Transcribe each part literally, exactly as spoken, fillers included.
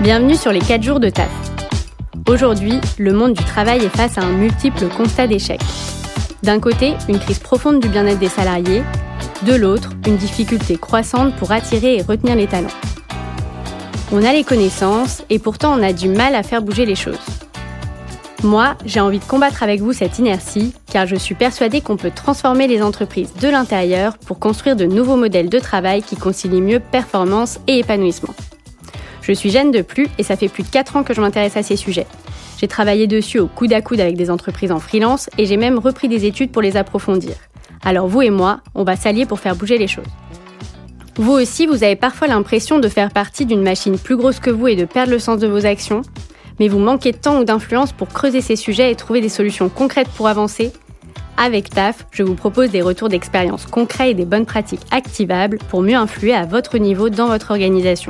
Bienvenue sur les quatre jours de taf. Aujourd'hui, le monde du travail est face à un multiple constat d'échec. D'un côté, une crise profonde du bien-être des salariés. De l'autre, une difficulté croissante pour attirer et retenir les talents. On a les connaissances et pourtant on a du mal à faire bouger les choses. Moi, j'ai envie de combattre avec vous cette inertie car je suis persuadée qu'on peut transformer les entreprises de l'intérieur pour construire de nouveaux modèles de travail qui concilient mieux performance et épanouissement. Je suis Jeanne Deplu et ça fait plus de quatre ans que je m'intéresse à ces sujets. J'ai travaillé dessus au coude à coude avec des entreprises en freelance et j'ai même repris des études pour les approfondir. Alors vous et moi, on va s'allier pour faire bouger les choses. Vous aussi, vous avez parfois l'impression de faire partie d'une machine plus grosse que vous et de perdre le sens de vos actions, mais vous manquez de temps ou d'influence pour creuser ces sujets et trouver des solutions concrètes pour avancer. Avec T A F, je vous propose des retours d'expérience concrets et des bonnes pratiques activables pour mieux influer à votre niveau dans votre organisation.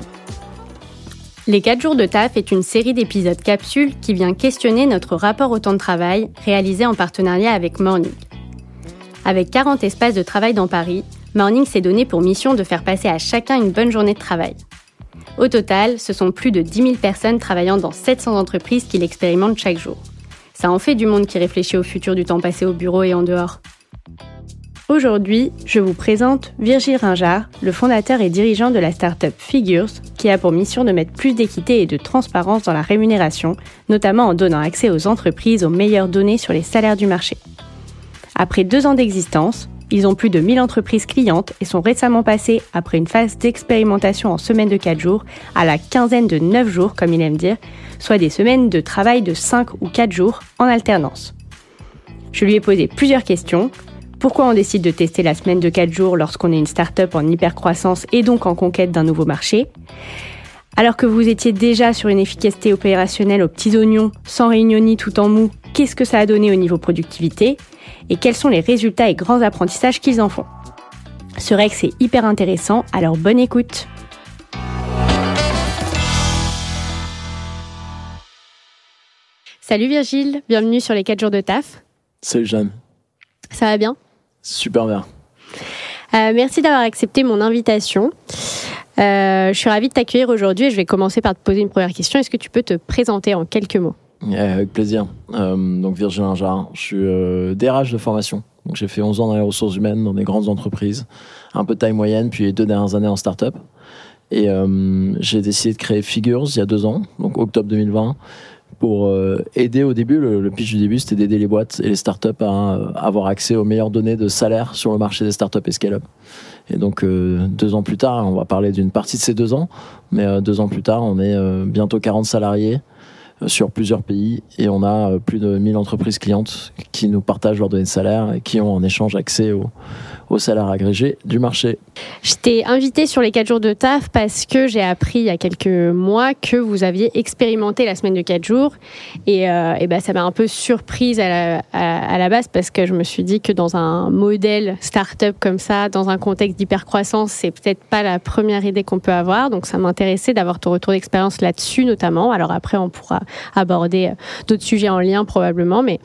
Les quatre jours de T A F est une série d'épisodes capsules qui vient questionner notre rapport au temps de travail, réalisé en partenariat avec Morning. Avec quarante espaces de travail dans Paris, Morning s'est donné pour mission de faire passer à chacun une bonne journée de travail. Au total, ce sont plus de dix mille personnes travaillant dans sept cents entreprises qui l'expérimentent chaque jour. Ça en fait du monde qui réfléchit au futur du temps passé au bureau et en dehors. Aujourd'hui, je vous présente Virgile Ringard, le fondateur et dirigeant de la start-up Figures, qui a pour mission de mettre plus d'équité et de transparence dans la rémunération, notamment en donnant accès aux entreprises aux meilleures données sur les salaires du marché. Après deux ans d'existence, ils ont plus de mille entreprises clientes et sont récemment passés, après une phase d'expérimentation en semaine de quatre jours, à la quinzaine de neuf jours, comme il aime dire, soit des semaines de travail de cinq ou quatre jours en alternance. Je lui ai posé plusieurs questions. Pourquoi on décide de tester la semaine de quatre jours lorsqu'on est une start-up en hypercroissance et donc en conquête d'un nouveau marché ? Alors que vous étiez déjà sur une efficacité opérationnelle aux petits oignons, sans réunionner tout en mou, qu'est-ce que ça a donné au niveau productivité ? Et quels sont les résultats et grands apprentissages qu'ils en font ? Ce Rex est hyper intéressant, alors bonne écoute. Salut Virgile, bienvenue sur les quatre jours de T A F. Salut Jeanne. Ça va bien ? Super bien. Euh, merci d'avoir accepté mon invitation. Euh, je suis ravie de t'accueillir aujourd'hui et je vais commencer par te poser une première question. Est-ce que tu peux te présenter en quelques mots ? Yeah, avec plaisir. Euh, donc Virgile Ringard, je suis euh, D R H de formation. Donc j'ai fait onze ans dans les ressources humaines, dans des grandes entreprises, un peu de taille moyenne, puis les deux dernières années en start-up. Et euh, j'ai décidé de créer Figures il y a deux ans, donc octobre deux mille vingt, pour euh, aider au début, le, le pitch du début, c'était d'aider les boîtes et les startups à, à avoir accès aux meilleures données de salaire sur le marché des startups et scale-up. Et donc, euh, deux ans plus tard, on va parler d'une partie de ces deux ans, mais euh, deux ans plus tard, on est euh, bientôt quarante salariés euh, sur plusieurs pays et on a euh, plus de mille entreprises clientes qui nous partagent leurs données de salaire et qui ont en échange accès au, au salaire agrégé du marché. Je t'ai invité sur les quatre jours de T A F parce que j'ai appris il y a quelques mois que vous aviez expérimenté la semaine de quatre jours et, euh, et ben ça m'a un peu surprise à la, à, à la base parce que je me suis dit que dans un modèle start-up comme ça, dans un contexte d'hypercroissance, c'est peut-être pas la première idée qu'on peut avoir, donc ça m'intéressait d'avoir ton retour d'expérience là-dessus notamment. Alors après on pourra aborder d'autres sujets en lien probablement, mais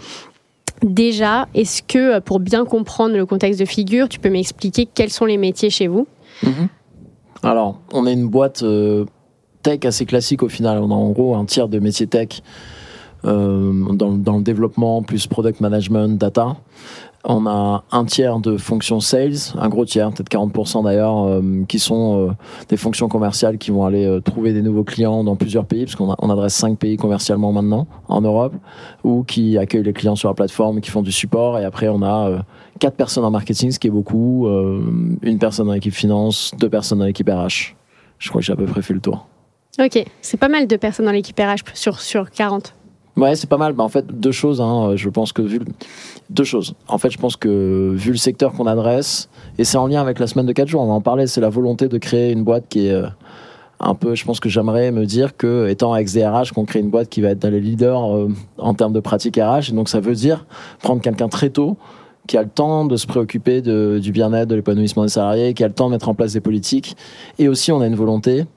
déjà, est-ce que pour bien comprendre le contexte de Figures, tu peux m'expliquer quels sont les métiers chez vous ? Mmh. Alors, on est une boîte euh, tech assez classique au final. On a en gros un tiers de métiers tech euh, dans, dans le développement, plus product management, data. On a un tiers de fonctions sales, un gros tiers, peut-être quarante pour cent d'ailleurs, euh, qui sont euh, des fonctions commerciales qui vont aller euh, trouver des nouveaux clients dans plusieurs pays, parce qu'on a, on adresse cinq pays commercialement maintenant en Europe, ou qui accueillent les clients sur la plateforme, qui font du support. Et après, on a euh, quatre personnes en marketing, ce qui est beaucoup, euh, une personne dans l'équipe finance, deux personnes dans l'équipe R H. Je crois que j'ai à peu près fait le tour. Ok, c'est pas mal de personnes dans l'équipe R H sur, sur quarante. Ouais, c'est pas mal. Bah, en fait, deux choses. Hein. Je pense que vu le... deux choses. En fait, je pense que vu le secteur qu'on adresse, et c'est en lien avec la semaine de quatre jours, on va en parler. C'est la volonté de créer une boîte qui est euh, un peu. Je pense que j'aimerais me dire que, étant ex-D R H, qu'on crée une boîte qui va être dans les leaders euh, en termes de pratique R H. Et donc, ça veut dire prendre quelqu'un très tôt qui a le temps de se préoccuper de, du bien-être, de l'épanouissement des salariés, qui a le temps de mettre en place des politiques. Et aussi, on a une volonté.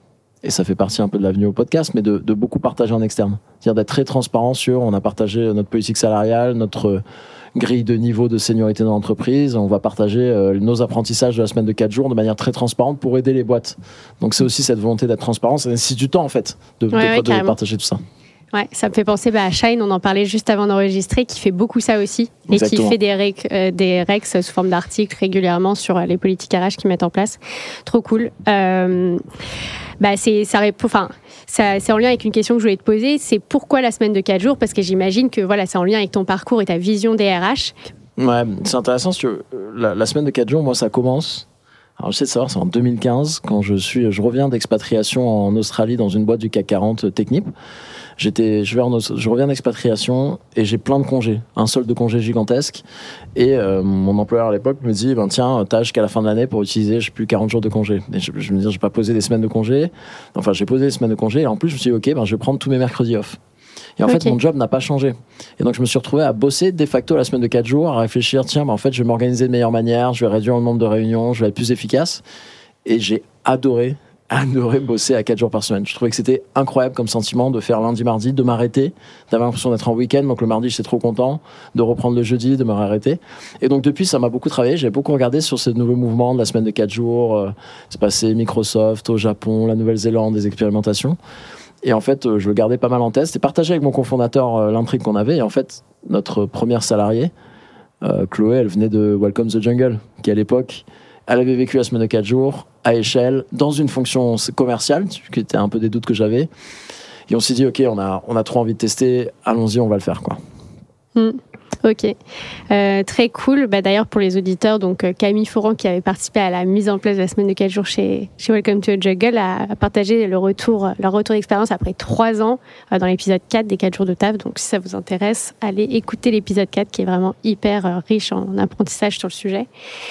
et ça fait partie un peu de l'avenue au podcast, mais de, de beaucoup partager en externe. C'est-à-dire d'être très transparent sur, on a partagé notre politique salariale, notre grille de niveau de seniorité dans l'entreprise, on va partager euh, nos apprentissages de la semaine de quatre jours de manière très transparente pour aider les boîtes. Donc c'est aussi cette volonté d'être transparent, ça nécessite du temps en fait, de, ouais, de, ouais, de partager tout ça. Ouais, ça me fait penser bah, à Shine, on en parlait juste avant d'enregistrer, qui fait beaucoup ça aussi, et Exactement. qui fait des, rec, euh, des recs sous forme d'articles régulièrement sur euh, les politiques R H qu'ils mettent en place. Trop cool. Euh, bah, c'est, ça, enfin, ça, c'est en lien avec une question que je voulais te poser, c'est pourquoi la semaine de quatre jours ? Parce que j'imagine que voilà, c'est en lien avec ton parcours et ta vision des R H. Ouais, c'est intéressant, parce que la, la semaine de quatre jours, moi, ça commence... Alors, je sais de savoir, c'est en deux mille quinze, quand je suis, je reviens d'expatriation en Australie dans une boîte du C A C quarante Technip. J'étais, je, vais en, je reviens d'expatriation et j'ai plein de congés, un solde de congés gigantesque. Et euh, mon employeur à l'époque me dit, ben tiens, t'as jusqu'à la fin de l'année pour utiliser, je sais plus, quarante jours de congés. Et je, je me dis, j'ai pas posé des semaines de congés. Enfin, j'ai posé des semaines de congés et en plus, je me suis dit, ok, ben je vais prendre tous mes mercredis off. Et en okay. fait, mon job n'a pas changé. Et donc, je me suis retrouvé à bosser de facto la semaine de quatre jours, à réfléchir, tiens, bah, en fait, je vais m'organiser de meilleure manière, je vais réduire le nombre de réunions, je vais être plus efficace. Et j'ai adoré, adoré bosser à quatre jours par semaine. Je trouvais que c'était incroyable comme sentiment de faire lundi, mardi, de m'arrêter, d'avoir l'impression d'être en week-end. Donc, le mardi, j'étais trop content, de reprendre le jeudi, de me réarrêter. Et donc, depuis, ça m'a beaucoup travaillé. J'ai beaucoup regardé sur ce nouveau mouvement de la semaine de quatre jours. Euh, c'est passé Microsoft au Japon, la Nouvelle-Zélande, des expérimentations. Et en fait, je le gardais pas mal en tête. C'était partagé avec mon cofondateur euh, l'intrigue qu'on avait. Et en fait, notre première salariée, euh, Chloé, elle venait de Welcome the Jungle, qui à l'époque, elle avait vécu la semaine de quatre jours, à échelle, dans une fonction commerciale, qui était un peu des doutes que j'avais. Et on s'est dit, OK, on a, on a trop envie de tester, allons-y, on va le faire, quoi. Mmh. Ok, euh, très cool. Bah, d'ailleurs, pour les auditeurs, donc Camille Foran, qui avait participé à la mise en place de la semaine de quatre jours chez, chez Welcome to the Jungle, a, a partagé le retour, leur retour d'expérience après trois ans euh, dans l'épisode quatre des quatre jours de taf. Donc, si ça vous intéresse, allez écouter l'épisode quatre qui est vraiment hyper euh, riche en apprentissage sur le sujet.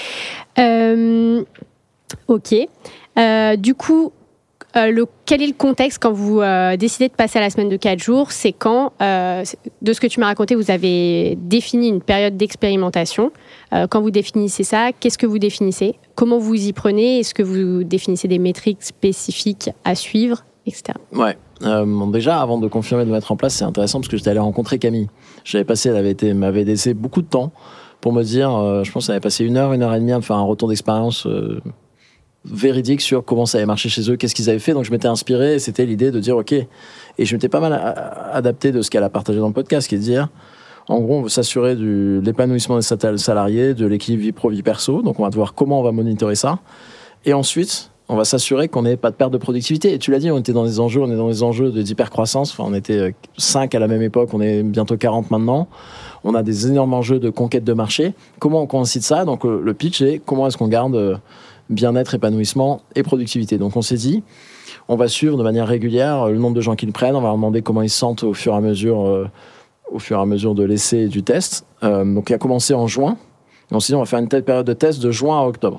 Euh, ok. Euh, du coup, Euh, le, quel est le contexte quand vous euh, décidez de passer à la semaine de quatre jours ? C'est quand, euh, de ce que tu m'as raconté, vous avez défini une période d'expérimentation. Euh, quand vous définissez ça, qu'est-ce que vous définissez ? Comment vous y prenez ? Est-ce que vous définissez des métriques spécifiques à suivre, et cetera. Ouais. Euh, bon, déjà, avant de confirmer de mettre en place, c'est intéressant parce que j'étais allé rencontrer Camille. J'avais passé, elle avait été, m'avait laissé beaucoup de temps pour me dire, euh, je pense qu'elle avait passé une heure, une heure et demie à me faire un retour d'expérience euh, véridique sur comment ça avait marché chez eux, qu'est-ce qu'ils avaient fait. Donc je m'étais inspiré et c'était l'idée de dire ok. Et je m'étais pas mal adapté de ce qu'elle a partagé dans le podcast, qui est de dire en gros on veut s'assurer de l'épanouissement des salariés, de l'équilibre vie pro vie perso. Donc on va voir comment on va monitorer ça. Et ensuite on va s'assurer qu'on n'ait pas de perte de productivité. Et tu l'as dit, on était dans des enjeux, on est dans des enjeux d'hypercroissance. Enfin, on était cinq à la même époque, on est bientôt quarante maintenant. On a des énormes enjeux de conquête de marché. Comment on coïncide ça ? Donc le pitch est comment est-ce qu'on garde bien-être, épanouissement et productivité. Donc on s'est dit, on va suivre de manière régulière le nombre de gens qui le prennent, on va leur demander comment ils se sentent au fur et à mesure, euh, au fur et à mesure de l'essai et du test. Euh, donc il a commencé en juin, et on s'est dit on va faire une telle période de test de juin à octobre.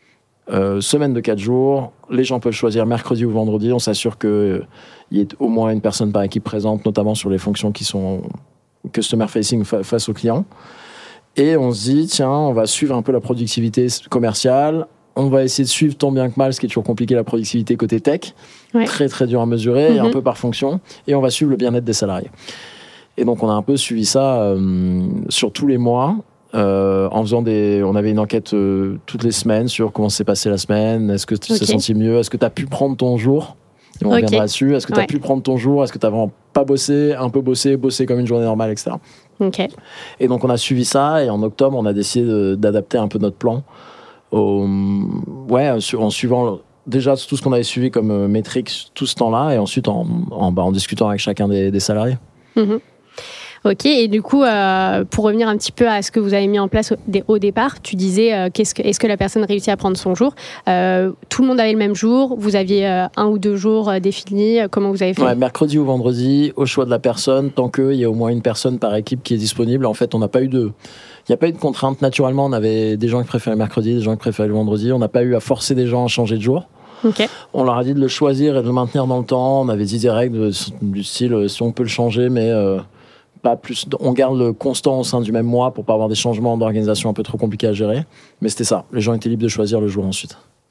Euh, semaine de quatre jours, les gens peuvent choisir mercredi ou vendredi, on s'assure qu'il euh, y ait au moins une personne par équipe présente, notamment sur les fonctions qui sont customer facing fa- face aux clients. Et on se dit, tiens, on va suivre un peu la productivité commerciale. On va essayer de suivre tant bien que mal, ce qui est toujours compliqué, la productivité côté tech. Ouais. Très, très dur à mesurer, mm-hmm. et un peu par fonction. Et on va suivre le bien-être des salariés. Et donc, on a un peu suivi ça euh, sur tous les mois, euh, en faisant des... On avait une enquête euh, toutes les semaines sur comment s'est passée la semaine. Est-ce que tu okay. t'es senti mieux ? Est-ce que tu as pu prendre ton jour ? Et on okay. reviendra là-dessus. Est-ce que tu as ouais. pu prendre ton jour ? Est-ce que tu n'as vraiment pas bossé, un peu bossé, bossé comme une journée normale, et cetera. Okay. Et donc, on a suivi ça. Et en octobre, on a décidé de, d'adapter un peu notre plan. Au, ouais, en suivant déjà tout ce qu'on avait suivi comme euh, métriques tout ce temps-là, et ensuite en, en, bah, en discutant avec chacun des, des salariés. Mmh. Ok, et du coup, euh, pour revenir un petit peu à ce que vous avez mis en place au, au départ, tu disais, euh, qu'est-ce que, est-ce que la personne réussit à prendre son jour ? euh, Tout le monde avait le même jour ? Vous aviez euh, un ou deux jours euh, définis ? Comment vous avez fait ? Ouais, mercredi ou vendredi, au choix de la personne, tant qu'il y a au moins une personne par équipe qui est disponible. En fait, on n'a pas eu de... Il n'y a pas eu de contrainte. Naturellement, on avait des gens qui préféraient le mercredi, des gens qui préféraient le vendredi. On n'a pas eu à forcer des gens à changer de jour. Okay. On leur a dit de le choisir et de le maintenir dans le temps. On avait dit des règles du style, si on peut le changer, mais euh, pas plus. On garde le constant au sein du même mois pour pas avoir des changements d'organisation un peu trop compliqués à gérer. Mais c'était ça. Les gens étaient libres de choisir le jour ensuite.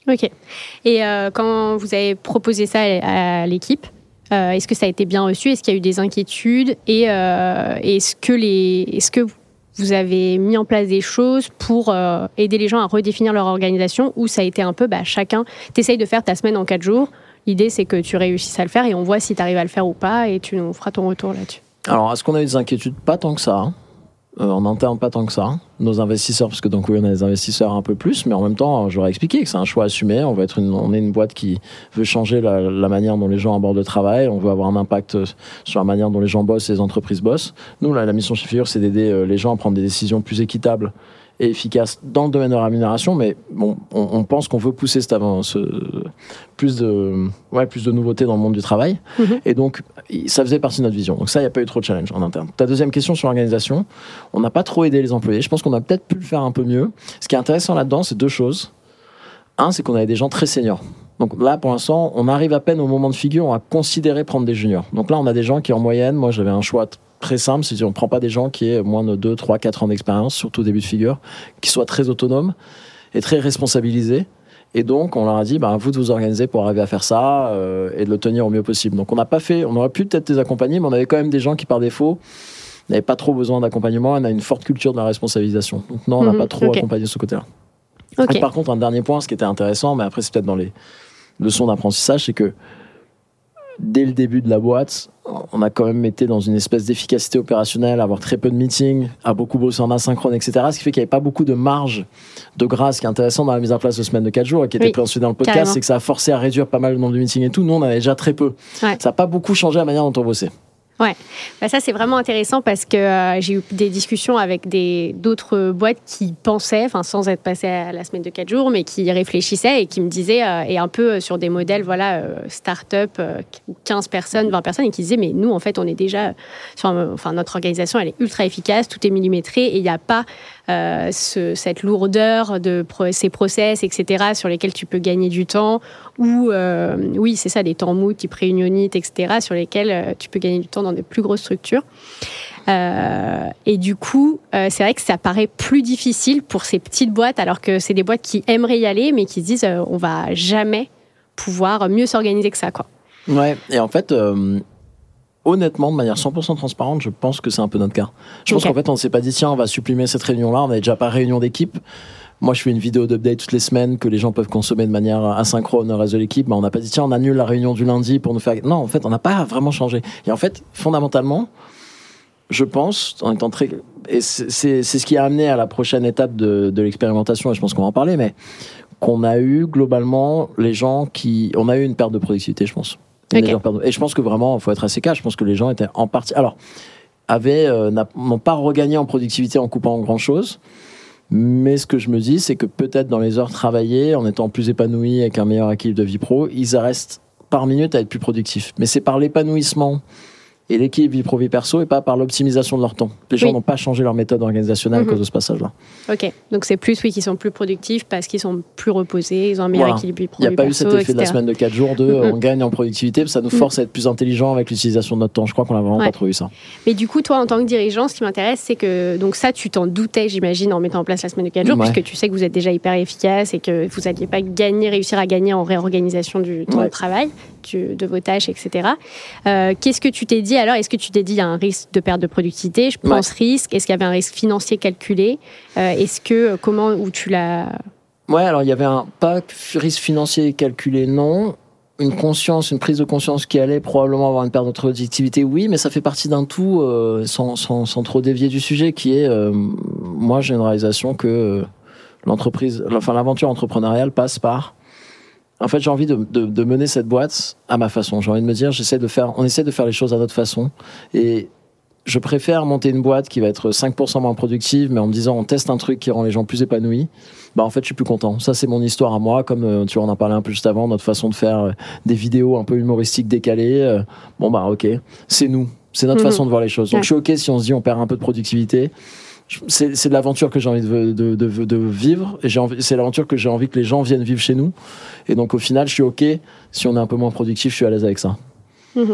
Ok. Et euh, quand vous avez proposé ça à l'équipe, euh, est-ce que ça a été bien reçu? Est-ce qu'il y a eu des inquiétudes? Et euh, est-ce que les, est-ce que vous avez mis en place des choses pour euh, aider les gens à redéfinir leur organisation, ou ça a été un peu, bah, chacun, t'essayes de faire ta semaine en quatre jours. L'idée, c'est que tu réussisses à le faire et on voit si tu arrives à le faire ou pas, et tu nous feras ton retour là-dessus. Alors, est-ce qu'on a eu des inquiétudes? Pas tant que ça. Hein. Euh, en interne, pas tant que ça. Nos investisseurs, parce que donc oui, on a des investisseurs un peu plus, mais en même temps, j'aurais expliqué que c'est un choix assumé. On, va être une, on est une boîte qui veut changer la, la manière dont les gens abordent le travail. On veut avoir un impact sur la manière dont les gens bossent et les entreprises bossent. Nous, là, la mission chez Figure, c'est d'aider les gens à prendre des décisions plus équitables et efficace dans le domaine de la rémunération, mais bon, on, on pense qu'on veut pousser cette avance, ce, plus de, ouais, plus de nouveautés dans le monde du travail. Mmh. Et donc, ça faisait partie de notre vision. Donc ça, il n'y a pas eu trop de challenge en interne. Ta deuxième question sur l'organisation, on n'a pas trop aidé les employés. Je pense qu'on a peut-être pu le faire un peu mieux. Ce qui est intéressant là-dedans, c'est deux choses. Un, c'est qu'on avait des gens très seniors. Donc là, pour l'instant, on arrive à peine au moment de Figure, on a considéré prendre des juniors. Donc là, on a des gens qui, en moyenne, moi, j'avais un choix très simple, c'est qu'on ne prend pas des gens qui aient moins de deux, trois, quatre ans d'expérience, surtout au début de Figure, qui soient très autonomes et très responsabilisés. Et donc, on leur a dit, bah, à vous de vous organiser pour arriver à faire ça euh, et de le tenir au mieux possible. Donc, on n'a pas fait, on aurait pu peut-être les accompagner, mais on avait quand même des gens qui, par défaut, n'avaient pas trop besoin d'accompagnement. On a une forte culture de la responsabilisation. Donc, non, on n'a mmh, pas trop okay. accompagné ce côté-là. Okay. Et par contre, un dernier point, ce qui était intéressant, mais après, c'est peut-être dans les leçons d'apprentissage, c'est que dès le début de la boîte, on a quand même été dans une espèce d'efficacité opérationnelle, à avoir très peu de meetings, à beaucoup bosser en asynchrone, et cetera. Ce qui fait qu'il n'y avait pas beaucoup de marge de grâce. Ce qui est intéressant dans la mise en place de semaine de quatre jours et qui était oui, présenté dans le podcast, carrément. C'est que ça a forcé à réduire pas mal le nombre de meetings et tout. Nous, on en avait déjà très peu. Ouais. Ça n'a pas beaucoup changé la manière dont on bossait. Ouais, bah ça c'est vraiment intéressant parce que euh, j'ai eu des discussions avec des, d'autres boîtes qui pensaient, enfin sans être passées à la semaine de quatre jours, mais qui réfléchissaient et qui me disaient, euh, et un peu sur des modèles, voilà, euh, start-up, euh, quinze personnes, vingt personnes, et qui disaient, mais nous en fait on est déjà, sur, enfin notre organisation elle est ultra efficace, tout est millimétré et il n'y a pas euh, ce, cette lourdeur de pro- ces process, et cetera, sur lesquels tu peux gagner du temps, ou euh, oui c'est ça, des temps mou, type réunionnite, et cetera, sur lesquels euh, tu peux gagner du temps dans de plus grosses structures. Euh, et du coup, euh, c'est vrai que ça paraît plus difficile pour ces petites boîtes, alors que c'est des boîtes qui aimeraient y aller, mais qui se disent euh, on va jamais pouvoir mieux s'organiser que ça, quoi. Ouais, et en fait, euh, honnêtement, de manière cent pour cent transparente, je pense que c'est un peu notre cas. Je pense okay. qu'en fait, on ne s'est pas dit tiens, on va supprimer cette réunion-là, on n'avait déjà pas réunion d'équipe. Moi, je fais une vidéo d'update toutes les semaines que les gens peuvent consommer de manière asynchrone au reste de l'équipe. Mais on n'a pas dit, tiens, on annule la réunion du lundi pour nous faire... Non, en fait, on n'a pas vraiment changé. Et en fait, fondamentalement, je pense, en étant très... Et c'est, c'est, c'est ce qui a amené à la prochaine étape de, de l'expérimentation, et je pense qu'on va en parler, mais qu'on a eu, globalement, les gens qui... On a eu une perte de productivité, je pense. Okay. De... Et je pense que vraiment, il faut être assez cash. Je pense que les gens étaient en partie... Alors, avaient, euh, n'ont pas regagné en productivité en coupant grand-chose. Mais ce que je me dis, c'est que peut-être dans les heures travaillées, en étant plus épanouis avec un meilleur équilibre de vie pro, ils restent par minute à être plus productifs. Mais c'est par l'épanouissement et l'équilibre vie pro vie perso et pas par l'optimisation de leur temps. Les gens oui. n'ont pas changé leur méthode organisationnelle mm-hmm. à cause de ce passage-là. Ok, donc c'est plus oui qu'ils sont plus productifs parce qu'ils sont plus reposés, ils ont un meilleur voilà. équilibre vie pro vie perso. Il n'y a pas perso, eu cet effet et cetera de la semaine de quatre jours de mm-hmm. on gagne en productivité, ça nous force mm-hmm. à être plus intelligents avec l'utilisation de notre temps. Je crois qu'on n'a vraiment ouais. pas trop eu ça. Mais du coup, toi en tant que dirigeant, ce qui m'intéresse, c'est que donc ça, tu t'en doutais, j'imagine, en mettant en place la semaine de quatre jours, ouais. puisque tu sais que vous êtes déjà hyper efficace et que vous n'alliez pas gagner, réussir à gagner en réorganisation du temps ouais. de travail, du, de vos tâches, et cetera. Euh, qu'est-ce que tu t'es dit alors? Est-ce que tu t'es dit il y a un risque de perte de productivité, je pense ouais. risque. Est-ce qu'il y avait un risque financier calculé? euh, Est-ce que, comment, où tu l'as... Ouais, alors il y avait un, pas risque financier calculé, non. Une conscience, une prise de conscience qui allait probablement avoir une perte de productivité, oui, mais ça fait partie d'un tout, euh, sans, sans, sans trop dévier du sujet, qui est, euh, moi j'ai une réalisation que euh, l'entreprise, enfin l'aventure entrepreneuriale passe par... En fait, j'ai envie de, de, de mener cette boîte à ma façon. J'ai envie de me dire, j'essaie de faire, on essaie de faire les choses à notre façon. Et je préfère monter une boîte qui va être cinq pour cent moins productive, mais en me disant, on teste un truc qui rend les gens plus épanouis. Bah, en fait, je suis plus content. Ça, c'est mon histoire à moi. Comme euh, tu vois, on en parlait un peu juste avant, notre façon de faire euh, des vidéos un peu humoristiques décalées. Euh, bon, bah, ok. C'est nous. C'est notre mmh. façon de voir les choses. Donc, ouais. je suis ok si on se dit, on perd un peu de productivité. C'est, c'est de l'aventure que j'ai envie de, de, de, de vivre et j'ai envie, c'est l'aventure que j'ai envie que les gens viennent vivre chez nous. Et donc au final, je suis ok si on est un peu moins productif, je suis à l'aise avec ça. Mmh.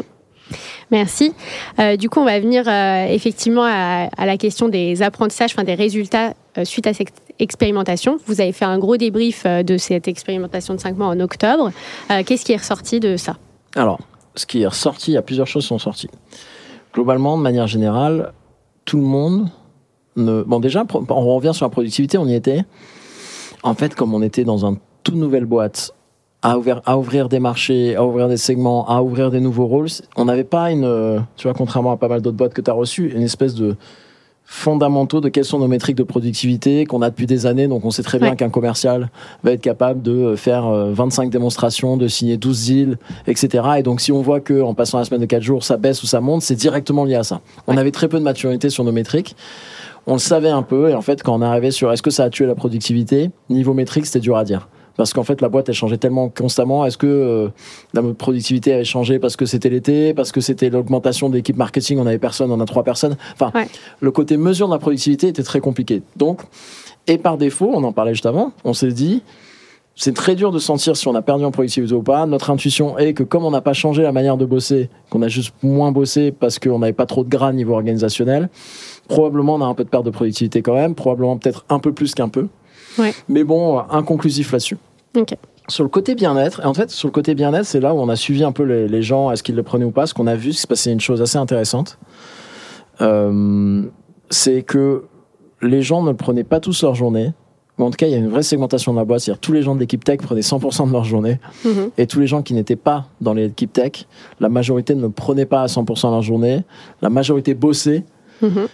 Merci. Euh, du coup, on va venir euh, effectivement à, à la question des apprentissages, enfin des résultats euh, suite à cette expérimentation. Vous avez fait un gros débrief de cette expérimentation de cinq mois en octobre. Euh, qu'est-ce qui est ressorti de ça ? Alors, ce qui est ressorti, il y a plusieurs choses qui sont sorties. Globalement, de manière générale, tout le monde... Ne... Bon, déjà, on revient sur la productivité, on y était. En fait, comme on était dans une toute nouvelle boîte, à ouvrir, à ouvrir des marchés, à ouvrir des segments, à ouvrir des nouveaux rôles, on n'avait pas une... Tu vois, contrairement à pas mal d'autres boîtes que tu as reçues, une espèce de fondamentaux de quelles sont nos métriques de productivité qu'on a depuis des années. Donc, on sait très bien ouais. qu'un commercial va être capable de faire vingt-cinq démonstrations, de signer douze deals, et cetera. Et donc, si on voit qu'en passant la semaine de quatre jours, ça baisse ou ça monte, c'est directement lié à ça. On ouais. avait très peu de maturité sur nos métriques. On le savait un peu. Et en fait, quand on est arrivé sur est-ce que ça a tué la productivité, niveau métrique, c'était dur à dire. Parce qu'en fait, la boîte, elle changeait tellement constamment. Est-ce que euh, la productivité avait changé parce que c'était l'été, parce que c'était l'augmentation de l'équipe marketing, on n'avait personne, on a trois personnes. Enfin, ouais. le côté mesure de la productivité était très compliqué. Donc, et par défaut, on en parlait juste avant, on s'est dit, c'est très dur de sentir si on a perdu en productivité ou pas. Notre intuition est que comme on n'a pas changé la manière de bosser, qu'on a juste moins bossé parce qu'on n'avait pas trop de gras niveau organisationnel, probablement on a un peu de perte de productivité quand même, probablement peut-être un peu plus qu'un peu. Ouais. Mais bon, inconclusif là-dessus. Okay. Sur le côté bien-être, et en fait, sur le côté bien-être, c'est là où on a suivi un peu les, les gens, est-ce qu'ils le prenaient ou pas. Ce qu'on a vu, c'est passé une chose assez intéressante. Euh, c'est que les gens ne le prenaient pas tous leur journée. Mais en tout cas, il y a une vraie segmentation de la boîte. C'est-à-dire tous les gens de l'équipe tech prenaient cent pour cent de leur journée. Mm-hmm. Et tous les gens qui n'étaient pas dans l'équipe tech, la majorité ne le prenaient pas à cent pour cent de leur journée. La majorité bossait. Mm-hmm.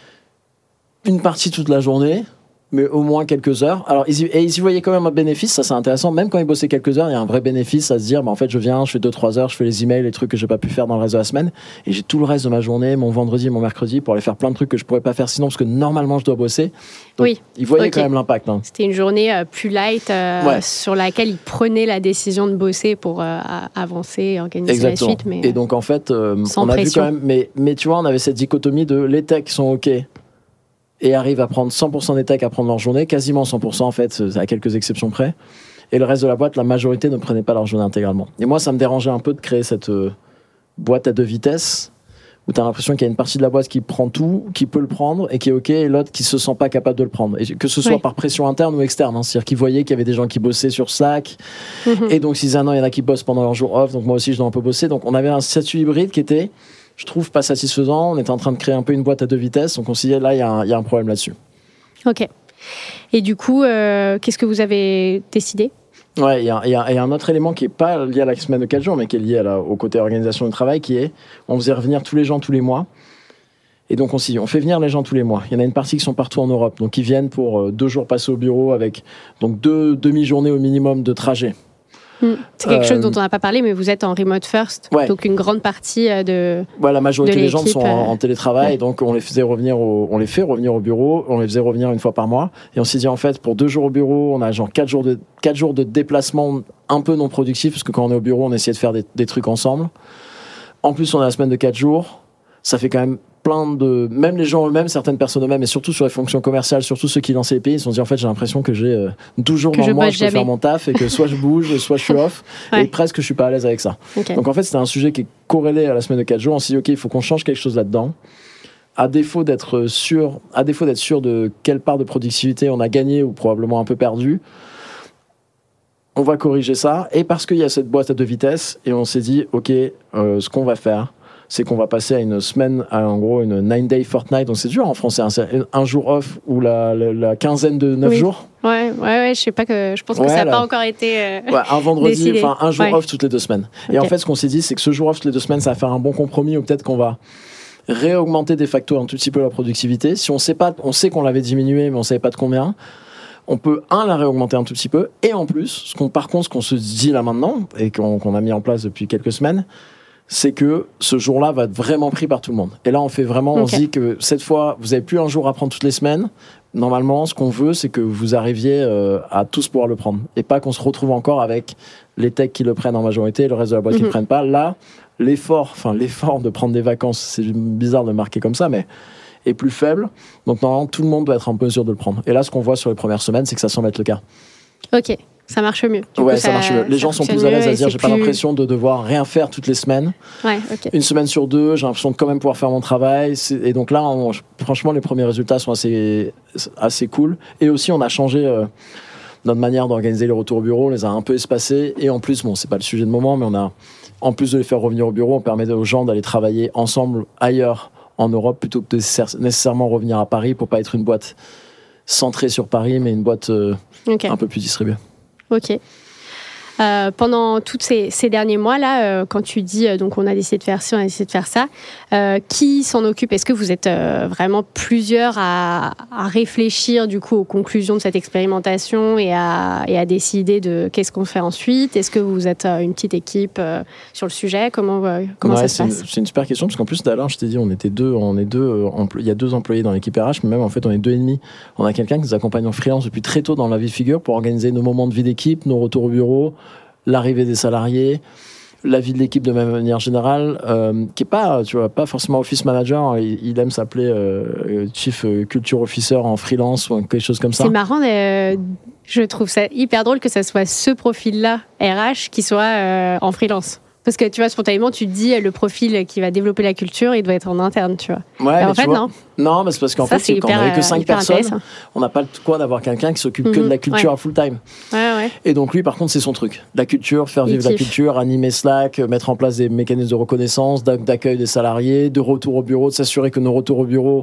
Une partie toute la journée, mais au moins quelques heures. Alors, ils y, et ils y voyaient quand même un bénéfice, ça c'est intéressant. Même quand ils bossaient quelques heures, il y a un vrai bénéfice à se dire, bah, en fait, je viens, je fais deux trois heures, je fais les emails, les trucs que j'ai pas pu faire dans le reste de la semaine, et j'ai tout le reste de ma journée, mon vendredi et mon mercredi, pour aller faire plein de trucs que je pourrais pas faire sinon, parce que normalement, je dois bosser. Donc, oui. Ils voyaient okay. okay. quand même l'impact. Hein. C'était une journée euh, plus light, euh, ouais. sur laquelle ils prenaient la décision de bosser pour euh, avancer, organiser Exactement. la suite. Mais, et donc, en fait, euh, on a pression. vu quand même, mais, mais tu vois, on avait cette dichotomie de les techs sont OK, et arrivent à prendre cent pour cent des techs à prendre leur journée, quasiment cent pour cent en fait, à quelques exceptions près. Et le reste de la boîte, la majorité ne prenait pas leur journée intégralement. Et moi, ça me dérangeait un peu de créer cette euh, boîte à deux vitesses, où tu as l'impression qu'il y a une partie de la boîte qui prend tout, qui peut le prendre, et qui est OK, et l'autre qui se sent pas capable de le prendre. Et que ce soit oui. par pression interne ou externe. Hein. C'est-à-dire qu'ils voyaient qu'il y avait des gens qui bossaient sur Slack, mm-hmm. et donc s'ils disaient, ah non, il y en a qui bossent pendant leur jour off, donc moi aussi je dois un peu bosser. Donc on avait un statut hybride qui était, je trouve, pas satisfaisant. On était en train de créer un peu une boîte à deux vitesses, donc on s'est dit, là, il y, y a un problème là-dessus. Ok. Et du coup, euh, qu'est-ce que vous avez décidé ? Ouais, il y, y, y a un autre élément qui n'est pas lié à la semaine de quatre jours, mais qui est lié à la, au côté organisation du travail, qui est, on faisait revenir tous les gens tous les mois. Et donc, on s'est dit, on fait venir les gens tous les mois. Il y en a une partie qui sont partout en Europe, donc ils viennent pour euh, deux jours passés au bureau avec donc deux demi-journées au minimum de trajet. Mmh. C'est quelque euh, chose dont on n'a pas parlé, mais vous êtes en remote first, ouais. donc une grande partie de ouais, la majorité de des gens sont en, euh... en télétravail, ouais. donc on les faisait revenir, au, on les fait revenir au bureau, on les faisait revenir une fois par mois, et on s'est dit en fait pour deux jours au bureau, on a genre quatre jours de quatre jours de déplacement un peu non productif, parce que quand on est au bureau, on essayait de faire des, des trucs ensemble. En plus, on a la semaine de quatre jours, ça fait quand même plein de... Même les gens eux-mêmes, certaines personnes eux-mêmes, et surtout sur les fonctions commerciales, surtout ceux qui lançaient les pays, ils se sont dit, en fait, j'ai l'impression que j'ai euh, douze jours dans le mois, je peux jamais. faire mon taf, et que soit je bouge, soit je suis off, ouais. et presque je suis pas à l'aise avec ça. Okay. Donc en fait, c'était un sujet qui est corrélé à la semaine de quatre jours. On s'est dit, OK, il faut qu'on change quelque chose là-dedans. À défaut d'être sûr, à défaut d'être sûr de quelle part de productivité on a gagné ou probablement un peu perdu, on va corriger ça. Et parce qu'il y a cette boîte à deux vitesses, et on s'est dit, OK, euh, ce qu'on va faire, c'est qu'on va passer à une semaine, à, en gros une nine-day fortnight, donc c'est dur en français, hein, c'est un jour off ou la, la, la quinzaine de neuf oui. jours. Ouais, ouais, ouais, je sais pas que, je pense que ouais, ça n'a pas encore été euh, ouais, un vendredi, enfin un jour ouais. off toutes les deux semaines. Okay. Et en fait, ce qu'on s'est dit, c'est que ce jour off toutes les deux semaines, ça va faire un bon compromis, ou peut-être qu'on va réaugmenter de facto un tout petit peu la productivité. Si on sait pas, on sait qu'on l'avait diminué, mais on savait pas de combien. On peut, un, la réaugmenter un tout petit peu, et en plus, ce qu'on, par contre, ce qu'on se dit là maintenant, et qu'on, qu'on a mis en place depuis quelques semaines, c'est que ce jour-là va être vraiment pris par tout le monde. Et là, on fait vraiment, okay. on se dit que cette fois, vous n'avez plus un jour à prendre toutes les semaines. Normalement, ce qu'on veut, c'est que vous arriviez euh, à tous pouvoir le prendre. Et pas qu'on se retrouve encore avec les techs qui le prennent en majorité et le reste de la boîte mm-hmm. qui ne le prennent pas. Là, l'effort, enfin, l'effort de prendre des vacances, c'est bizarre de le marquer comme ça, mais est plus faible. Donc, normalement, tout le monde doit être en mesure de le prendre. Et là, ce qu'on voit sur les premières semaines, c'est que ça semble être le cas. Ok. Ça marche mieux. Du ouais, coup, ça, ça marche mieux. Les gens sont plus à l'aise à dire, j'ai pas plus... l'impression de devoir rien faire toutes les semaines. Ouais, okay. Une semaine sur deux, j'ai l'impression de quand même pouvoir faire mon travail. Et donc là, on, franchement, les premiers résultats sont assez, assez cool. Et aussi, on a changé euh, notre manière d'organiser les retours au bureau, on les a un peu espacés. Et en plus, bon, c'est pas le sujet de moment, mais on a, en plus de les faire revenir au bureau, on permet aux gens d'aller travailler ensemble ailleurs en Europe plutôt que de nécessairement revenir à Paris pour pas être une boîte centrée sur Paris, mais une boîte euh, okay. un peu plus distribuée. Ok. Euh, pendant tous ces, ces derniers mois-là, euh, quand tu dis euh, donc on a décidé de faire ci, on a décidé de faire ça, euh, qui s'en occupe ? Est-ce que vous êtes euh, vraiment plusieurs à, à réfléchir du coup aux conclusions de cette expérimentation et à, et à décider de qu'est-ce qu'on fait ensuite ? Est-ce que vous êtes euh, une petite équipe euh, sur le sujet ? Comment, euh, comment ouais, ça se passe ? une, C'est une super question parce qu'en plus, tout à l'heure, je t'ai dit, on était deux, on est deux, euh, empl- il y a deux employés dans l'équipe R H, mais même en fait, on est deux et demi. On a quelqu'un qui nous accompagne en freelance depuis très tôt dans la vie de figure pour organiser nos moments de vie d'équipe, nos retours au bureau, l'arrivée des salariés, la vie de l'équipe de manière générale, euh, qui est pas, tu vois, pas forcément office manager. Il, il aime s'appeler euh, chief culture officer en freelance ou quelque chose comme ça. C'est marrant, euh, je trouve ça hyper drôle que ça soit ce profil-là R H qui soit euh, en freelance. Parce que tu vois, spontanément, tu te dis le profil qui va développer la culture, il doit être en interne, tu vois. Ouais, mais en tu fait, vois, non. Non, mais c'est parce qu'en ça, fait, quand on n'avait que cinq personnes, on n'a pas le quoi d'avoir quelqu'un qui s'occupe mm-hmm. que de la culture ouais. à full time. Ouais, ouais. Et donc lui, par contre, c'est son truc. La culture, faire vivre la culture, animer Slack, mettre en place des mécanismes de reconnaissance, d'accueil des salariés, de retour au bureau, de s'assurer que nos retours au bureau,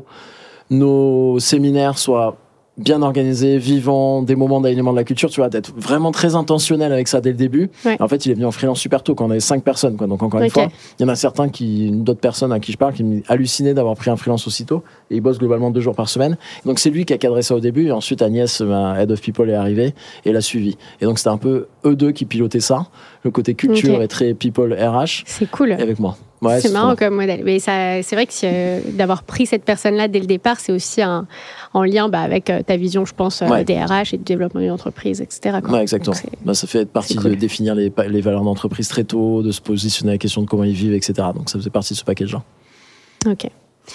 nos séminaires soient bien organisé, vivant, des moments d'alignement de la culture, tu vois, d'être vraiment très intentionnel avec ça dès le début. Ouais. En fait, il est venu en freelance super tôt, quand on avait cinq personnes, quoi. Donc, encore okay. une fois, il y en a certains qui, d'autres personnes à qui je parle, qui me hallucinaient d'avoir pris un freelance aussitôt, et il bosse globalement deux jours par semaine. Donc, c'est lui qui a cadré ça au début, et ensuite, Agnès, ma head of people, est arrivée, et l'a suivi. Et donc, c'était un peu eux deux qui pilotaient ça. Le côté culture okay. est très people R H. C'est cool. Et avec moi. Ouais, c'est, c'est marrant cool. comme modèle. Mais ça, c'est vrai que si, euh, d'avoir pris cette personne-là dès le départ, c'est aussi un, en lien bah, avec euh, ta vision, je pense, euh, ouais. des R H et du développement d'une entreprise, et cetera. Quoi. Ouais, exactement. Bah, ça fait partie cool. de définir les, les valeurs d'entreprise très tôt, de se positionner à la question de comment ils vivent, et cetera. Donc ça faisait partie de ce package-là. Ok.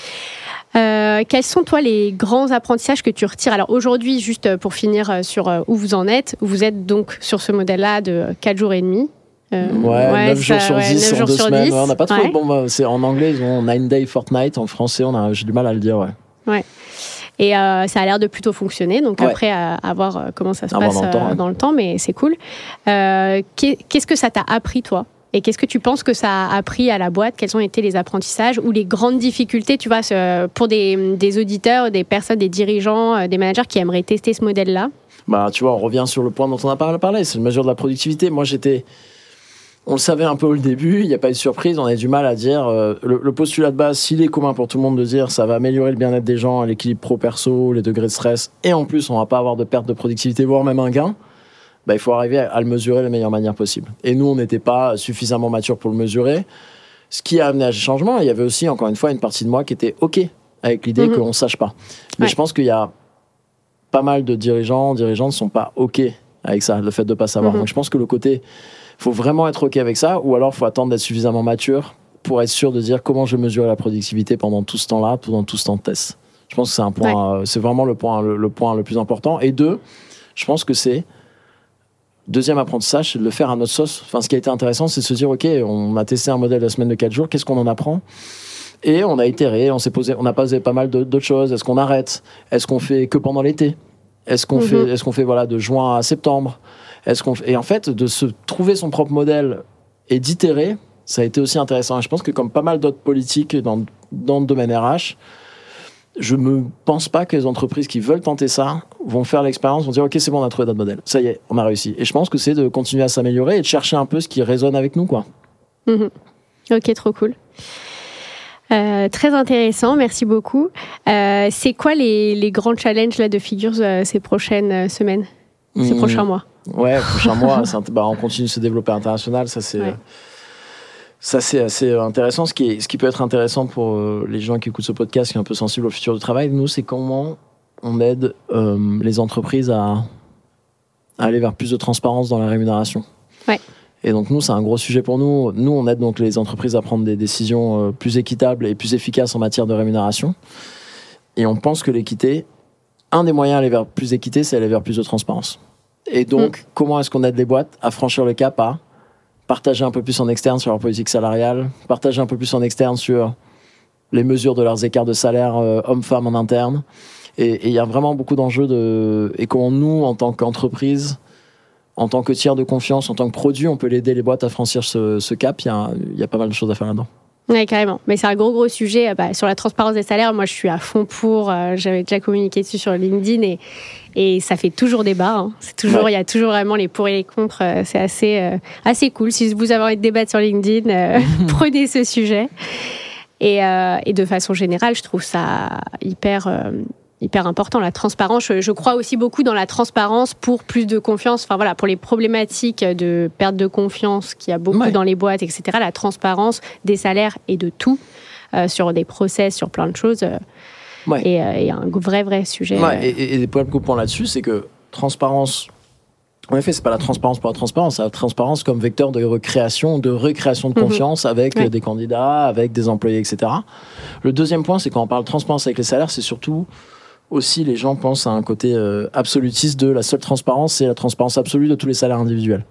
Euh, quels sont, toi, les grands apprentissages que tu retires ? Alors, aujourd'hui, juste pour finir sur où vous en êtes, vous êtes donc sur ce modèle-là de quatre jours et demi. Euh, ouais, ouais, neuf jours sur ouais, dix en deux semaines. Ouais, on n'a pas trop. Ouais. Bon, bah, c'est, en anglais, ils ont nine day fortnight. En français, on a, j'ai du mal à le dire. Ouais. Ouais. Et euh, ça a l'air de plutôt fonctionner. Donc, ouais. après, à, à voir euh, comment ça se passe dans le, temps, euh, ouais. dans le temps, mais c'est cool. Euh, qu'est-ce que ça t'a appris, toi ? Et qu'est-ce que tu penses que ça a appris à la boîte ? Quels ont été les apprentissages ou les grandes difficultés, tu vois, pour des, des auditeurs, des personnes, des dirigeants, des managers qui aimeraient tester ce modèle-là ? Bah, tu vois, on revient sur le point dont on a parlé. C'est la mesure de la productivité. Moi, j'étais. On le savait un peu au début, il n'y a pas eu de surprise, on a du mal à dire, euh, le, le postulat de base, s'il est commun pour tout le monde de dire ça va améliorer le bien-être des gens, l'équilibre pro-perso, les degrés de stress, et en plus on ne va pas avoir de perte de productivité, voire même un gain, bah, il faut arriver à, à le mesurer de la meilleure manière possible. Et nous, on n'était pas suffisamment mature pour le mesurer, ce qui a amené à des changements. Il y avait aussi, encore une fois, une partie de moi qui était OK avec l'idée mm-hmm. qu'on ne sache pas. Mais ouais. je pense qu'il y a pas mal de dirigeants, dirigeantes ne sont pas OK avec ça, le fait de ne pas savoir. Mm-hmm. Donc je pense que le côté... Il faut vraiment être OK avec ça, ou alors il faut attendre d'être suffisamment mature pour être sûr de dire comment je mesure la productivité pendant tout ce temps-là, pendant tout ce temps de test. Je pense que c'est un point, ouais. euh, c'est vraiment le point le, le point le plus important. Et deux, je pense que c'est deuxième apprentissage, c'est de le faire à notre sauce. Enfin, ce qui a été intéressant, c'est de se dire OK, on a testé un modèle la semaine de quatre jours, qu'est-ce qu'on en apprend ? Et on a itéré, on s'est posé, on a posé pas mal d'autres choses. Est-ce qu'on arrête ? Est-ce qu'on fait que pendant l'été ? Est-ce qu'on mm-hmm. fait, est-ce qu'on fait voilà de juin à septembre ? Est-ce qu'on... Et en fait, de se trouver son propre modèle et d'itérer, ça a été aussi intéressant. Et je pense que comme pas mal d'autres politiques dans, dans le domaine R H, je ne pense pas que les entreprises qui veulent tenter ça vont faire l'expérience, vont dire « Ok, c'est bon, on a trouvé notre modèle. Ça y est, on a réussi. » Et je pense que c'est de continuer à s'améliorer et de chercher un peu ce qui résonne avec nous, quoi. Mmh. Ok, trop cool. Euh, très intéressant, merci beaucoup. Euh, c'est quoi les, les grands challenges là, de Figures euh, ces prochaines euh, semaines, ces mmh. prochains mois ? Ouais, prochain mois, c'est, bah, on continue de se développer international, ça c'est, ouais. ça c'est assez intéressant. Ce qui, est, ce qui peut être intéressant pour euh, les gens qui écoutent ce podcast, qui sont un peu sensibles au futur du travail, nous, c'est comment on aide euh, les entreprises à, à aller vers plus de transparence dans la rémunération. Ouais. Et donc nous, c'est un gros sujet pour nous. Nous, on aide donc les entreprises à prendre des décisions euh, plus équitables et plus efficaces en matière de rémunération. Et on pense que l'équité, un des moyens d'aller vers plus d'équité, c'est aller vers plus de transparence. Et donc, Mm. comment est-ce qu'on aide les boîtes à franchir le cap à partager un peu plus en externe sur leur politique salariale, partager un peu plus en externe sur les mesures de leurs écarts de salaire euh, hommes-femmes en interne. Et il y a vraiment beaucoup d'enjeux de... Et comment nous, en tant qu'entreprise, en tant que tiers de confiance, en tant que produit, on peut aider les boîtes à franchir ce, ce cap. Il y a, il y a pas mal de choses à faire là-dedans. Oui, carrément. Mais c'est un gros, gros sujet. Bah, sur la transparence des salaires, moi, je suis à fond pour. Euh, j'avais déjà communiqué dessus sur LinkedIn et, et ça fait toujours débat. Hein. C'est toujours, Ouais. il y a toujours vraiment les pour et les contre. Euh, c'est assez, euh, assez cool. Si vous avez envie de débattre sur LinkedIn, euh, prenez ce sujet. Et, euh, et de façon générale, je trouve ça hyper... Euh, hyper important, la transparence. Je, je crois aussi beaucoup dans la transparence pour plus de confiance. Enfin voilà, pour les problématiques de perte de confiance qu'il y a beaucoup Ouais. dans les boîtes, et cetera. La transparence des salaires et de tout, euh, sur des process, sur plein de choses, euh, Ouais. et, euh, et un vrai, vrai sujet. Ouais, euh. et, et, et des points de coup là-dessus, c'est que transparence... En effet, c'est pas la transparence pour la transparence, c'est la transparence comme vecteur de recréation, de recréation de confiance mm-hmm. avec ouais. des candidats, avec des employés, et cetera. Le deuxième point, c'est quand on parle de transparence avec les salaires, c'est surtout... Aussi, les gens pensent à un côté euh, absolutiste de la seule transparence, c'est la transparence absolue de tous les salaires individuels.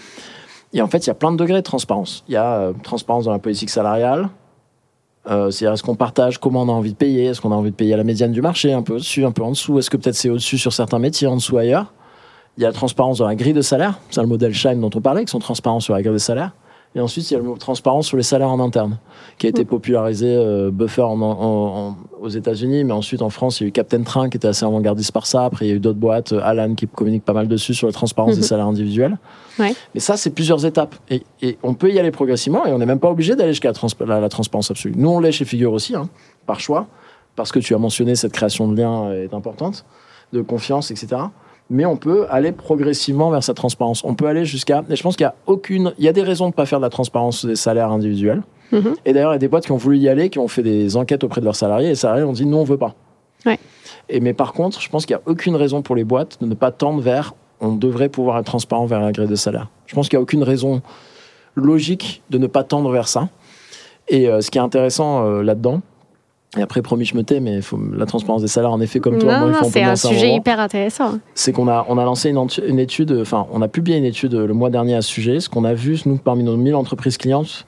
Et en fait, il y a plein de degrés de transparence. Il y a euh, transparence dans la politique salariale, euh, c'est-à-dire est-ce qu'on partage comment on a envie de payer, est-ce qu'on a envie de payer à la médiane du marché, un peu au-dessus, un peu en dessous, est-ce que peut-être c'est au-dessus sur certains métiers, en dessous ailleurs. Il y a la transparence dans la grille de salaire, c'est le modèle Shine dont on parlait, qui sont transparents sur la grille de salaire. Et ensuite, il y a le mot transparence sur les salaires en interne, qui a été popularisé euh, Buffer en, en, en, aux États-Unis, mais ensuite en France, il y a eu Captain Train qui était assez avant-gardiste par ça. Après, il y a eu d'autres boîtes, euh, Alan qui communique pas mal dessus sur la transparence mm-hmm. des salaires individuels. Ouais. Mais ça, c'est plusieurs étapes. Et, et on peut y aller progressivement et on n'est même pas obligé d'aller jusqu'à la, trans- la, la transparence absolue. Nous, on l'est chez Figure aussi, hein, par choix, parce que tu as mentionné cette création de liens est importante, de confiance, et cetera. Mais on peut aller progressivement vers cette transparence. On peut aller jusqu'à... Et je pense qu'il y a aucune... Il y a des raisons de ne pas faire de la transparence des salaires individuels. Mm-hmm. Et d'ailleurs, il y a des boîtes qui ont voulu y aller, qui ont fait des enquêtes auprès de leurs salariés, et les salariés ont dit non, on ne veut pas. Ouais. Et, mais par contre, je pense qu'il n'y a aucune raison pour les boîtes de ne pas tendre vers... On devrait pouvoir être transparent vers la grille de salaire. Je pense qu'il n'y a aucune raison logique de ne pas tendre vers ça. Et euh, ce qui est intéressant euh, là-dedans, et après, promis, je me tais, mais faut, la transparence des salaires, en effet, comme toi, non, moi, il faut non, en c'est un sujet un hyper intéressant. C'est qu'on a, on a lancé une, une étude, enfin, on a publié une étude le mois dernier à ce sujet. Ce qu'on a vu, nous, parmi nos mille entreprises clientes,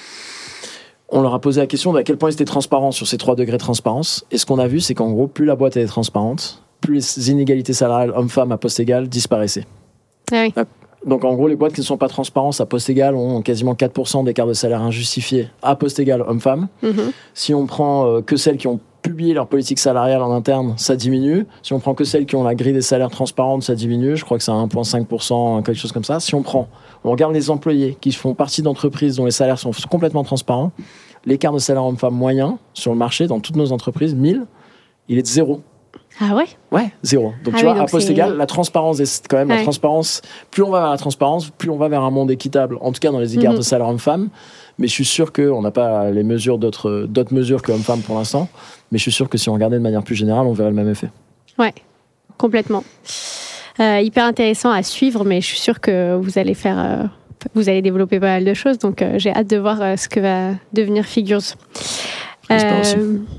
on leur a posé la question de à quel point ils étaient transparents sur ces trois degrés de transparence. Et ce qu'on a vu, c'est qu'en gros, plus la boîte est transparente, plus les inégalités salariales hommes-femmes à poste égal disparaissaient. Ah oui. Donc, en gros, les boîtes qui ne sont pas transparentes à poste égal ont quasiment quatre pour cent d'écart de salaire injustifié à poste égal hommes-femmes. Mm-hmm. Si on prend euh, que celles qui ont publié leur politique salariale en interne, ça diminue. Si on prend que celles qui ont la grille des salaires transparente, ça diminue. Je crois que c'est à un virgule cinq pour cent, quelque chose comme ça. Si on prend, on regarde les employés qui font partie d'entreprises dont les salaires sont complètement transparents, l'écart de salaire homme-femme moyen sur le marché, dans toutes nos entreprises, mille, il est de zéro. Ah ouais? Ouais, zéro. Donc ah tu oui, vois, donc à poste c'est... égal, la transparence, est quand même ouais. la transparence. Plus on va vers la transparence, plus on va vers un monde équitable. En tout cas, dans les écarts mm-hmm. de salaire homme-femme. Mais je suis sûr qu'on n'a pas les mesures d'autres, d'autres mesures que homme-femme pour l'instant. Mais je suis sûr que si on regardait de manière plus générale, on verrait le même effet. Ouais, complètement. Euh, hyper intéressant à suivre, mais je suis sûr que vous allez faire, euh, vous allez développer pas mal de choses. Donc, euh, j'ai hâte de voir euh, ce que va devenir Figures. J'espère euh, aussi.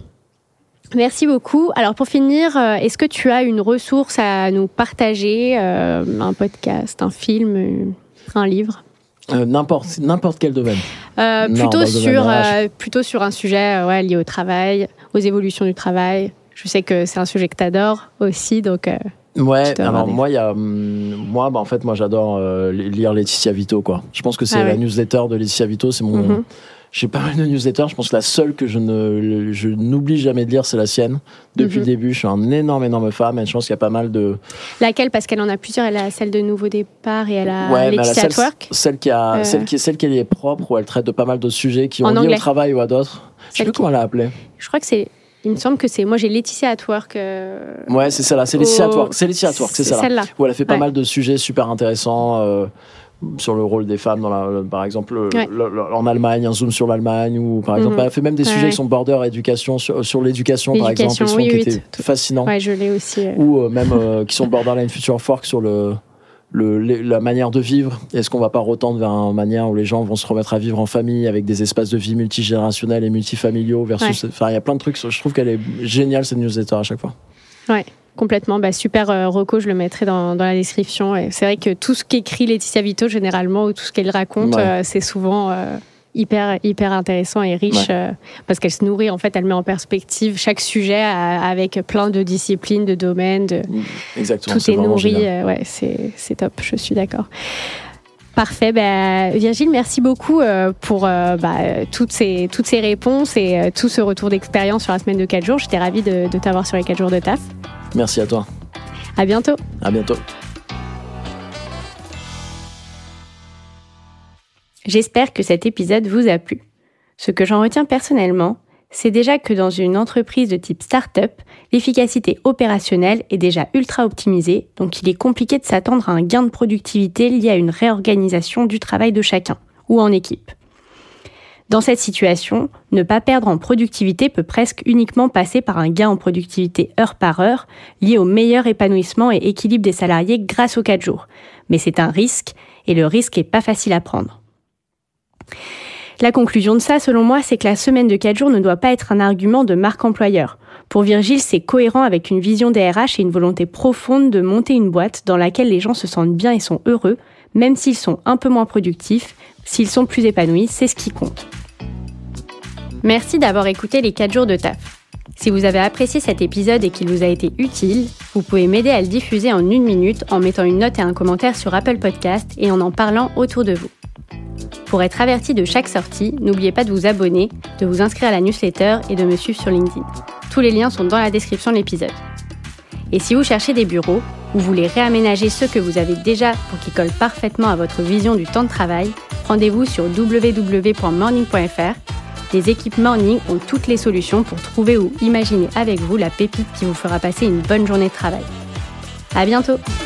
Merci beaucoup. Alors, pour finir, euh, est-ce que tu as une ressource à nous partager, euh, un podcast, un film, un livre? Euh, n'importe, n'importe quel domaine. Euh, non, plutôt, sur, euh, plutôt sur un sujet euh, ouais, lié au travail, aux évolutions du travail. Je sais que c'est un sujet que tu adores aussi, donc... Euh, ouais, alors moi, y a, hum, moi bah, en fait, moi j'adore euh, lire Laetitia Vito, quoi. Je pense que c'est ah, la ouais. newsletter de Laetitia Vito, c'est mon... Mm-hmm. J'ai pas mal de newsletters, je pense que la seule que je, ne, je n'oublie jamais de lire, c'est la sienne. Depuis mm-hmm. le début, je suis un énorme, énorme fan, et je pense qu'il y a pas mal de... Laquelle? Parce qu'elle en a plusieurs, elle a celle de Nouveau Départ, et elle a ouais, Laetitia celle, at Work. Celle qui, a, euh... celle, qui, celle qui est propre, où elle traite de pas mal d'autres sujets qui ont lié au travail ou à d'autres. Je sais plus qui... comment elle l'a appelée. Je crois que c'est... Il me semble que c'est... Moi, j'ai Laetitia at Work. Euh... Ouais, c'est celle-là, c'est Laetitia au... at Work. C'est Laetitia at Work, c'est, c'est celle-là. celle-là. Où elle a fait pas ouais. mal de sujets super intéressants... Euh... sur le rôle des femmes dans la, par exemple ouais. le, le, en Allemagne, un zoom sur l'Allemagne, ou par exemple, mmh. elle fait même des ouais. sujets qui sont border éducation, sur, sur l'éducation, l'éducation par exemple, oui, qui oui, étaient tout, fascinants, ouais, je l'ai aussi, euh... ou euh, même euh, qui sont borderline future fork sur le, le, les, la manière de vivre. Est-ce qu'on va pas retendre vers une manière où les gens vont se remettre à vivre en famille avec des espaces de vie multigénérationnels et multifamiliaux versus, enfin, ouais. il y a plein de trucs. Je trouve qu'elle est géniale cette newsletter à chaque fois. Ouais. Complètement. Bah, super euh, reco, je le mettrai dans, dans la description. Et c'est vrai que tout ce qu'écrit Laetitia Vito, généralement, ou tout ce qu'elle raconte, ouais. euh, c'est souvent euh, hyper, hyper intéressant et riche, ouais. euh, parce qu'elle se nourrit, en fait, elle met en perspective chaque sujet à, avec plein de disciplines, de domaines. De... Exactement. Tout est, est nourri. Euh, ouais, c'est, c'est top, je suis d'accord. Parfait. Bah, Virgile, merci beaucoup euh, pour euh, bah, toutes, ces, toutes ces réponses et euh, tout ce retour d'expérience sur la semaine de quatre jours. J'étais ravie de, de t'avoir sur les quatre jours de taf. Merci à toi. À bientôt. À bientôt. J'espère que cet épisode vous a plu. Ce que j'en retiens personnellement, c'est déjà que dans une entreprise de type start-up, l'efficacité opérationnelle est déjà ultra optimisée, donc il est compliqué de s'attendre à un gain de productivité lié à une réorganisation du travail de chacun, ou en équipe. Dans cette situation, ne pas perdre en productivité peut presque uniquement passer par un gain en productivité heure par heure, lié au meilleur épanouissement et équilibre des salariés grâce aux quatre jours. Mais c'est un risque, et le risque est pas facile à prendre. La conclusion de ça, selon moi, c'est que la semaine de quatre jours ne doit pas être un argument de marque employeur. Pour Virgile, c'est cohérent avec une vision des R H et une volonté profonde de monter une boîte dans laquelle les gens se sentent bien et sont heureux, même s'ils sont un peu moins productifs, s'ils sont plus épanouis, c'est ce qui compte. Merci d'avoir écouté les quatre jours de taf. Si vous avez apprécié cet épisode et qu'il vous a été utile, vous pouvez m'aider à le diffuser en une minute en mettant une note et un commentaire sur Apple Podcast et en en parlant autour de vous. Pour être averti de chaque sortie, n'oubliez pas de vous abonner, de vous inscrire à la newsletter et de me suivre sur LinkedIn. Tous les liens sont dans la description de l'épisode. Et si vous cherchez des bureaux, ou voulez réaménager ceux que vous avez déjà pour qu'ils collent parfaitement à votre vision du temps de travail, rendez-vous sur w w w point morning point f r. Les équipes Morning ont toutes les solutions pour trouver ou imaginer avec vous la pépite qui vous fera passer une bonne journée de travail. À bientôt!